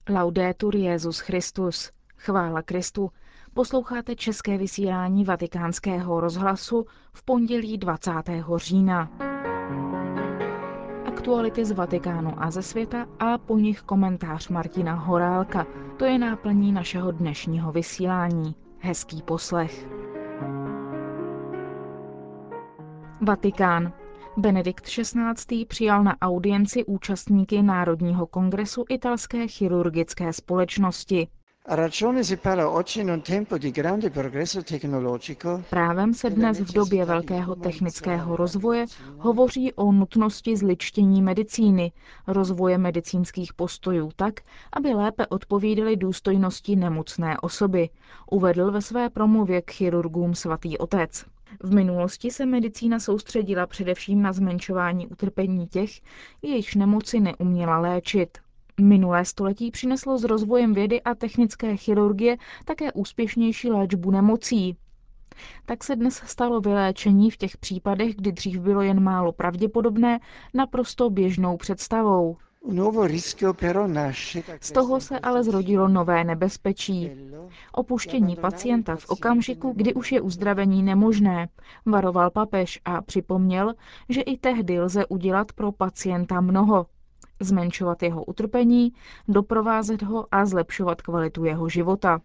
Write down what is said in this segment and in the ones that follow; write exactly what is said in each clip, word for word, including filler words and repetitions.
Laudetur Jesus Christus. Chvála Kristu. Posloucháte české vysílání Vatikánského rozhlasu v pondělí dvacátého října. Aktuality z Vatikánu a ze světa a po nich komentář Martina Horálka. To je náplní našeho dnešního vysílání. Hezký poslech. Vatikán. Benedikt šestnáctý. přijal na audienci účastníky Národního kongresu italské chirurgické společnosti. Právem se dnes v době velkého technického rozvoje hovoří o nutnosti zličtění medicíny, rozvoje medicínských postojů tak, aby lépe odpovídaly důstojnosti nemocné osoby, uvedl ve své promluvě k chirurgům svatý otec. V minulosti se medicína soustředila především na zmenšování utrpení těch, jejichž nemoci neuměla léčit. Minulé století přineslo s rozvojem vědy a technické chirurgie také úspěšnější léčbu nemocí. Tak se dnes stalo vyléčení v těch případech, kdy dřív bylo jen málo pravděpodobné, naprosto běžnou představou. Z toho se ale zrodilo nové nebezpečí. Opuštění pacienta v okamžiku, kdy už je uzdravení nemožné, varoval papež a připomněl, že i tehdy lze udělat pro pacienta mnoho. Zmenšovat jeho utrpení, doprovázet ho a zlepšovat kvalitu jeho života.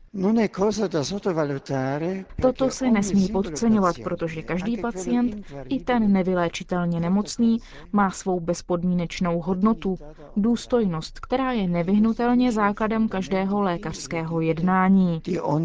Toto se nesmí podceňovat, protože každý pacient, i ten nevyléčitelně nemocný, má svou bezpodmínečnou hodnotu, důstojnost, která je nevyhnutelně základem každého lékařského jednání.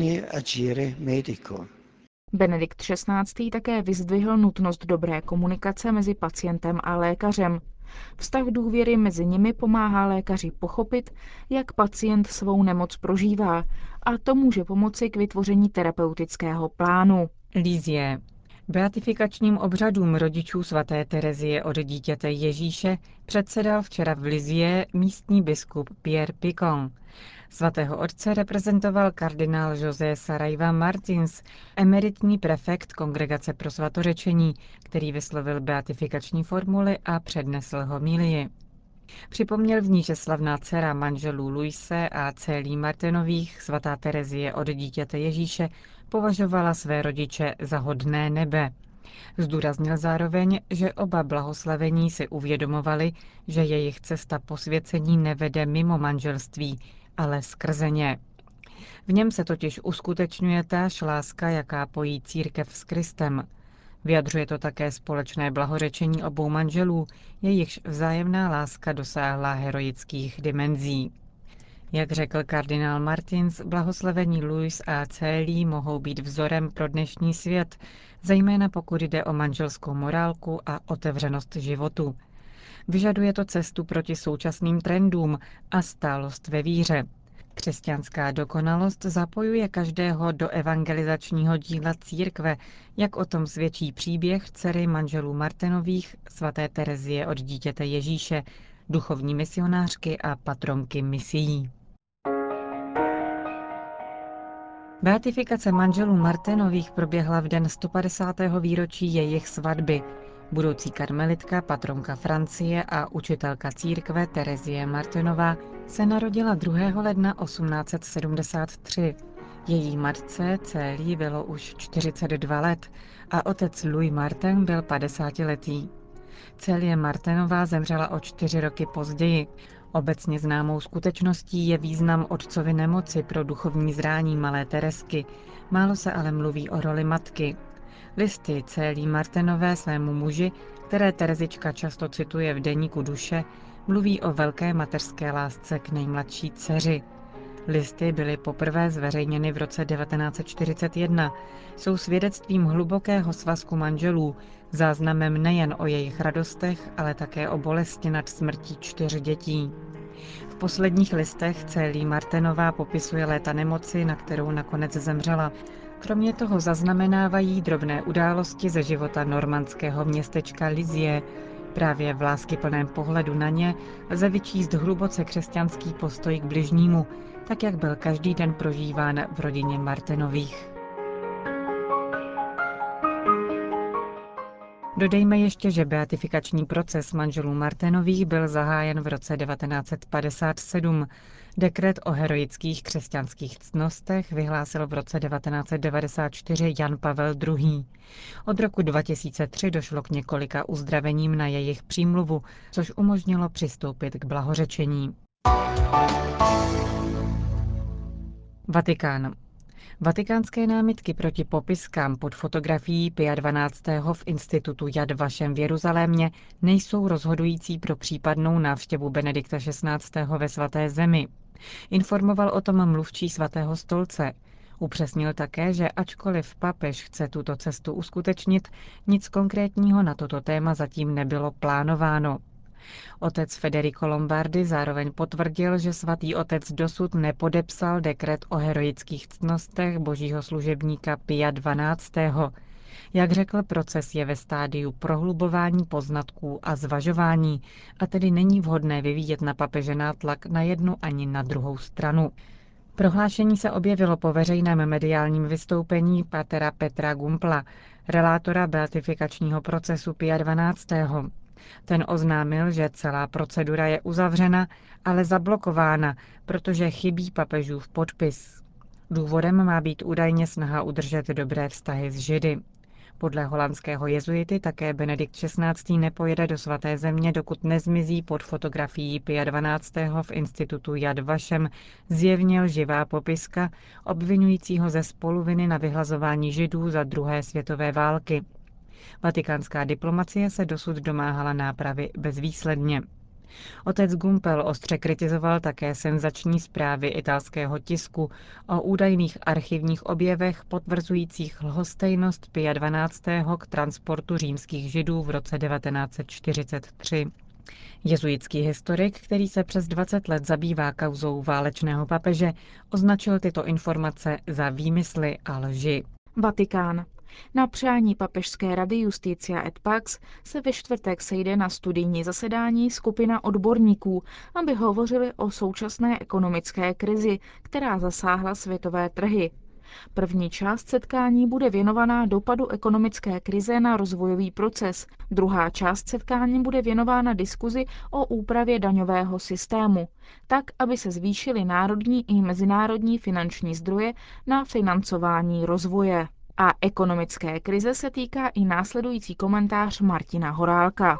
Benedikt šestnáctý. také vyzdvihl nutnost dobré komunikace mezi pacientem a lékařem. Vztah důvěry mezi nimi pomáhá lékaři pochopit, jak pacient svou nemoc prožívá, a to může pomoci k vytvoření terapeutického plánu. Lizie. Beatifikačním obřadům rodičů svaté Terezie od dítěte Ježíše předsedal včera v Lizie místní biskup Pierre Picon. Svatého otce reprezentoval kardinál José Saraiva Martins, emeritní prefekt Kongregace pro svatořečení, který vyslovil beatifikační formuli a přednesl homílii. Připomněl v ní, že slavná dcera manželů Luise a Célí Martinových, svatá Terezie od dítěte Ježíše, považovala své rodiče za hodné nebe. Zdůraznil zároveň, že oba blahoslavení si uvědomovali, že jejich cesta posvěcení nevede mimo manželství, ale skrze ně. V něm se totiž uskutečňuje táž láska, jaká pojí církev s Kristem. Vyjadřuje to také společné blahořečení obou manželů, jejichž vzájemná láska dosáhla heroických dimenzí. Jak řekl kardinál Martins, blahoslavení Louis a Célí mohou být vzorem pro dnešní svět, zejména pokud jde o manželskou morálku a otevřenost životu. Vyžaduje to cestu proti současným trendům a stálost ve víře. Křesťanská dokonalost zapojuje každého do evangelizačního díla církve, jak o tom svědčí příběh dcery manželů Martinových, svaté Terezie od dítěte Ježíše, duchovní misionářky a patronky misií. Beatifikace manželů Martinových proběhla v den sto padesátého výročí jejich svatby. Budoucí karmelitka, patronka Francie a učitelka církve Terezie Martinová se narodila druhého ledna osmnáct set sedmdesát tři. Její matce Célí bylo už čtyřicet dva let a otec Louis Martin byl padesátiletý. Célie Martinová zemřela o čtyři roky později. Obecně známou skutečností je význam otcovy nemoci pro duchovní zrání malé Teresky. Málo se ale mluví o roli matky. Listy Célí Martinové svému muži, které Terezička často cituje v deníku Duše, mluví o velké mateřské lásce k nejmladší dceři. Listy byly poprvé zveřejněny v roce devatenáct set čtyřicet jedna. Jsou svědectvím hlubokého svazku manželů, záznamem nejen o jejich radostech, ale také o bolesti nad smrtí čtyř dětí. V posledních listech Célí Martinová popisuje léta nemoci, na kterou nakonec zemřela. Kromě toho zaznamenávají drobné události ze života normandského městečka Lizie. Právě v láskyplném pohledu na ně lze vyčíst hluboce křesťanský postoj k bližnímu, tak jak byl každý den prožíván v rodině Martinových. Dodejme ještě, že beatifikační proces manželů Martinových byl zahájen v roce devatenáct set padesát sedm. Dekret o heroických křesťanských ctnostech vyhlásil v roce devatenáct set devadesát čtyři Jan Pavel druhý. Od roku dva tisíce tři došlo k několika uzdravením na jejich přímluvu, což umožnilo přistoupit k blahořečení. Vatikán. Vatikánské námitky proti popiskám pod fotografií Pia dvanáctého v institutu Yad Vashem v Jeruzalémě nejsou rozhodující pro případnou návštěvu Benedikta šestnáctého ve svaté zemi. Informoval o tom mluvčí svatého stolce. Upřesnil také, že ačkoliv papež chce tuto cestu uskutečnit, nic konkrétního na toto téma zatím nebylo plánováno. Otec Federico Lombardi zároveň potvrdil, že svatý otec dosud nepodepsal dekret o heroických ctnostech božího služebníka Pia dvanáctého. Jak řekl, proces je ve stádiu prohlubování poznatků a zvažování, a tedy není vhodné vyvíjet na papeže nátlak na jednu ani na druhou stranu. Prohlášení se objevilo po veřejném mediálním vystoupení patera Petra Gumpla, relátora beatifikačního procesu Pia dvanáctého. Ten oznámil, že celá procedura je uzavřena, ale zablokována, protože chybí papežův podpis. Důvodem má být údajně snaha udržet dobré vztahy s Židy. Podle holandského jezuity také Benedikt šestnáctý nepojede do svaté země, dokud nezmizí pod fotografií Pia dvanáctého v institutu Yad Vashem zjevně lživá popiska obvinujícího ze spoluviny na vyhlazování Židů za druhé světové války. Vatikánská diplomacie se dosud domáhala nápravy bezvýsledně. Otec Gumpel ostře kritizoval také senzační zprávy italského tisku o údajných archivních objevech potvrzujících lhostejnost Pia dvanáctého k transportu římských Židů v roce devatenáct set čtyřicet tři. Jezuitský historik, který se přes dvacet let zabývá kauzou válečného papeže, označil tyto informace za výmysly a lži. Vatikán. Na přání papežské rady Justitia et Pax se ve čtvrtek sejde na studijní zasedání skupina odborníků, aby hovořili o současné ekonomické krizi, která zasáhla světové trhy. První část setkání bude věnovaná dopadu ekonomické krize na rozvojový proces. Druhá část setkání bude věnována diskuzi o úpravě daňového systému, tak, aby se zvýšily národní i mezinárodní finanční zdroje na financování rozvoje. A ekonomické krize se týká i následující komentář Martina Horálka.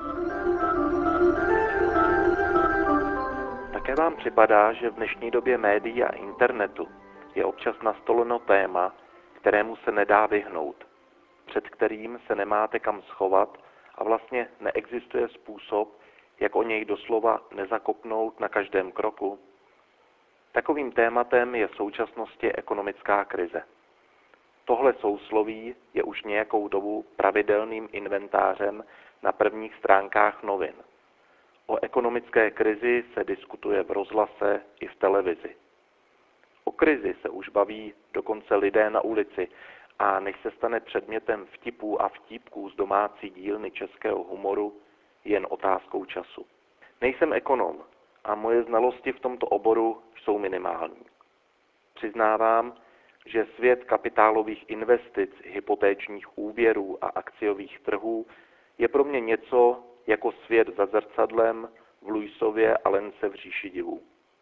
Také vám připadá, že v dnešní době médií a internetu je občas nastoleno téma, kterému se nedá vyhnout, před kterým se nemáte kam schovat a vlastně neexistuje způsob, jak o něj doslova nezakopnout na každém kroku? Takovým tématem je v současnosti ekonomická krize. Tohle sousloví je už nějakou dobu pravidelným inventářem na prvních stránkách novin. O ekonomické krizi se diskutuje v rozhlase i v televizi. O krizi se už baví dokonce lidé na ulici a než se stane předmětem vtipů a vtípků z domácí dílny českého humoru, jen otázkou času. Nejsem ekonom a moje znalosti v tomto oboru jsou minimální. Přiznávám, že svět kapitálových investic, hypotéčních úvěrů a akciových trhů je pro mě něco jako svět za zrcadlem v Luisově Alence v říši divů.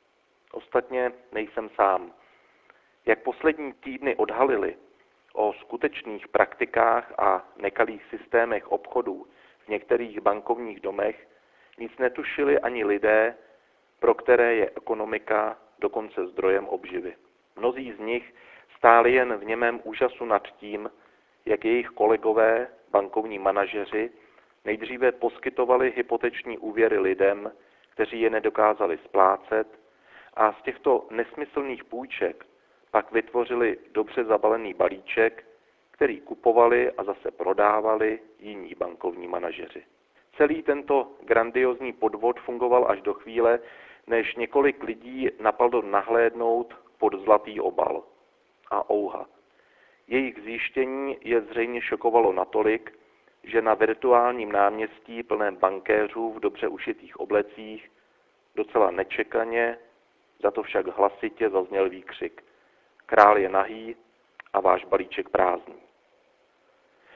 Ostatně nejsem sám. Jak poslední týdny odhalily, o skutečných praktikách a nekalých systémech obchodů v některých bankovních domech nic netušili ani lidé, pro které je ekonomika dokonce zdrojem obživy. Mnozí z nich stáli jen v němém úžasu nad tím, jak jejich kolegové, bankovní manažeři, nejdříve poskytovali hypoteční úvěry lidem, kteří je nedokázali splácet, a z těchto nesmyslných půjček pak vytvořili dobře zabalený balíček, který kupovali a zase prodávali jiní bankovní manažeři. Celý tento grandiozní podvod fungoval až do chvíle, než několik lidí napadlo nahlédnout pod zlatý obal. A ouha. Jejich zjištění je zřejmě šokovalo natolik, že na virtuálním náměstí plném bankéřů v dobře ušitých oblecích docela nečekaně, za to však hlasitě zazněl výkřik: Král je nahý a váš balíček prázdný.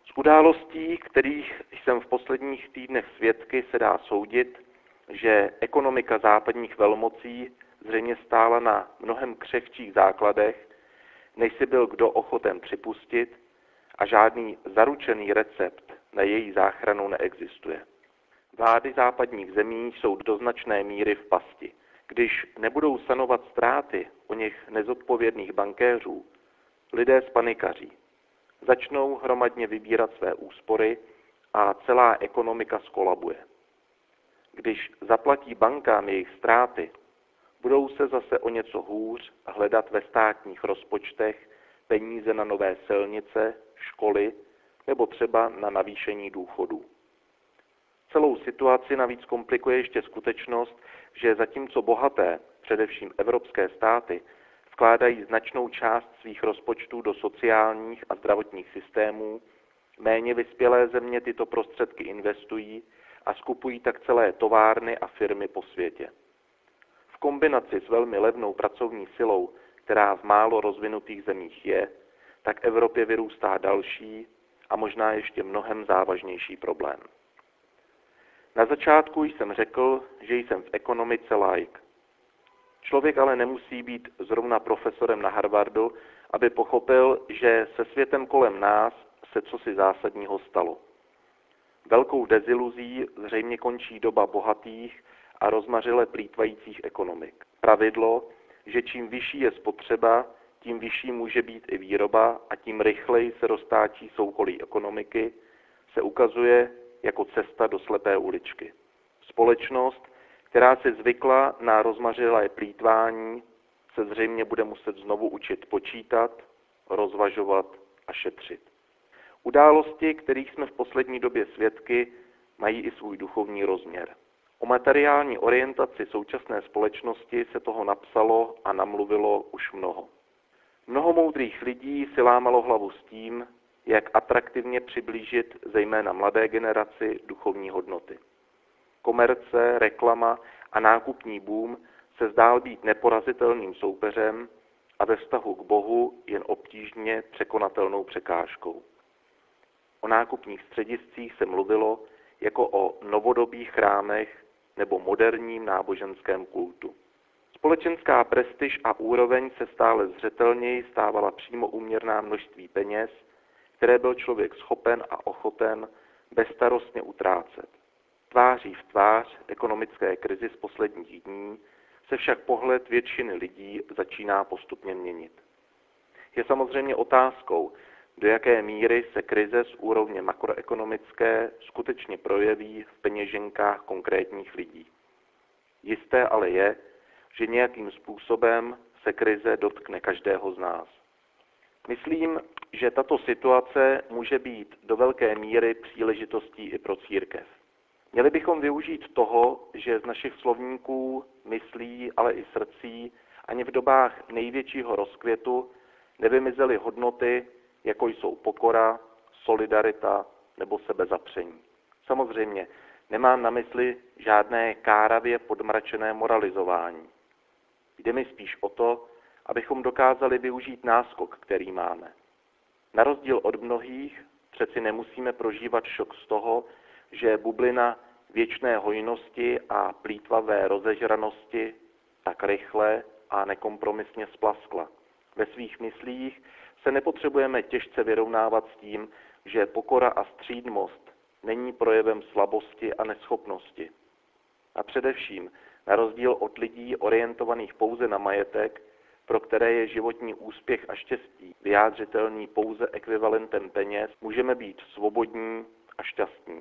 Z událostí, kterých jsem v posledních týdnech svědky, se dá soudit, že ekonomika západních velmocí zřejmě stála na mnohem křehčích základech, než si byl kdo ochoten připustit, a žádný zaručený recept na její záchranu neexistuje. Vlády západních zemí jsou do značné míry v pasti. Když nebudou sanovat ztráty o něch nezodpovědných bankéřů, lidé spanikaří. Začnou hromadně vybírat své úspory a celá ekonomika skolabuje. Když zaplatí bankám jejich ztráty, budou se zase o něco hůř hledat ve státních rozpočtech peníze na nové silnice, školy nebo třeba na navýšení důchodů. Celou situaci navíc komplikuje ještě skutečnost, že zatímco bohaté, především evropské státy, vkládají značnou část svých rozpočtů do sociálních a zdravotních systémů, méně vyspělé země tyto prostředky investují a skupují tak celé továrny a firmy po světě. V kombinaci s velmi levnou pracovní silou, která v málo rozvinutých zemích je, tak Evropě vyrůstá další a možná ještě mnohem závažnější problém. Na začátku jsem řekl, že jsem v ekonomice laik. Člověk ale nemusí být zrovna profesorem na Harvardu, aby pochopil, že se světem kolem nás se cosi zásadního stalo. Velkou deziluzí zřejmě končí doba bohatých a rozmařile plýtvajících ekonomik. Pravidlo, že čím vyšší je spotřeba, tím vyšší může být i výroba a tím rychleji se roztáčí soukolí ekonomiky, se ukazuje jako cesta do slepé uličky. Společnost, která se zvykla na rozmařilé plýtvání, se zřejmě bude muset znovu učit počítat, rozvažovat a šetřit. Události, kterých jsme v poslední době svědky, mají i svůj duchovní rozměr. O materiální orientaci současné společnosti se toho napsalo a namluvilo už mnoho. Mnoho moudrých lidí si lámalo hlavu s tím, jak atraktivně přiblížit zejména mladé generaci duchovní hodnoty. Komerce, reklama a nákupní boom se zdál být neporazitelným soupeřem a ve vztahu k Bohu jen obtížně překonatelnou překážkou. O nákupních střediscích se mluvilo jako o novodobých chrámech nebo moderním náboženském kultu. Společenská prestiž a úroveň se stále zřetelněji stávala přímo úměrná množství peněz, které byl člověk schopen a ochoten bezstarostně utrácet. Tváří v tvář ekonomické krizi z posledních dní se však pohled většiny lidí začíná postupně měnit. Je samozřejmě otázkou, do jaké míry se krize z úrovně makroekonomické skutečně projeví v peněženkách konkrétních lidí. Jisté ale je, že nějakým způsobem se krize dotkne každého z nás. Myslím, že tato situace může být do velké míry příležitostí i pro církev. Měli bychom využít toho, že z našich slovníků, myslí, ale i srdcí ani v dobách největšího rozkvětu nevymizely hodnoty, jako jsou pokora, solidarita nebo sebezapření. Samozřejmě nemám na mysli žádné káravě podmračené moralizování. Jde mi spíš o to, abychom dokázali využít náskok, který máme. Na rozdíl od mnohých přeci nemusíme prožívat šok z toho, že bublina věčné hojnosti a plýtvavé rozežranosti tak rychle a nekompromisně splaskla. Ve svých myslích se nepotřebujeme těžce vyrovnávat s tím, že pokora a střídmost není projevem slabosti a neschopnosti. A především, na rozdíl od lidí orientovaných pouze na majetek, pro které je životní úspěch a štěstí vyjádřitelný pouze ekvivalentem peněz, můžeme být svobodní a šťastní.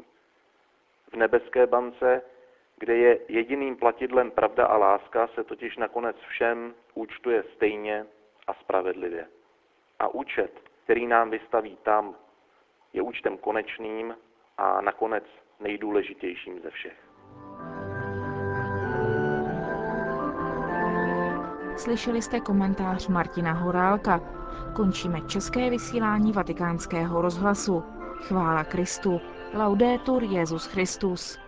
V nebeské bance, kde je jediným platidlem pravda a láska, se totiž nakonec všem účtuje stejně a spravedlivě. A účet, který nám vystaví tam, je účtem konečným a nakonec nejdůležitějším ze všech. Slyšeli jste komentář Martina Horálka. Končíme české vysílání Vatikánského rozhlasu. Chvála Kristu. Laudetur Jesus Christus.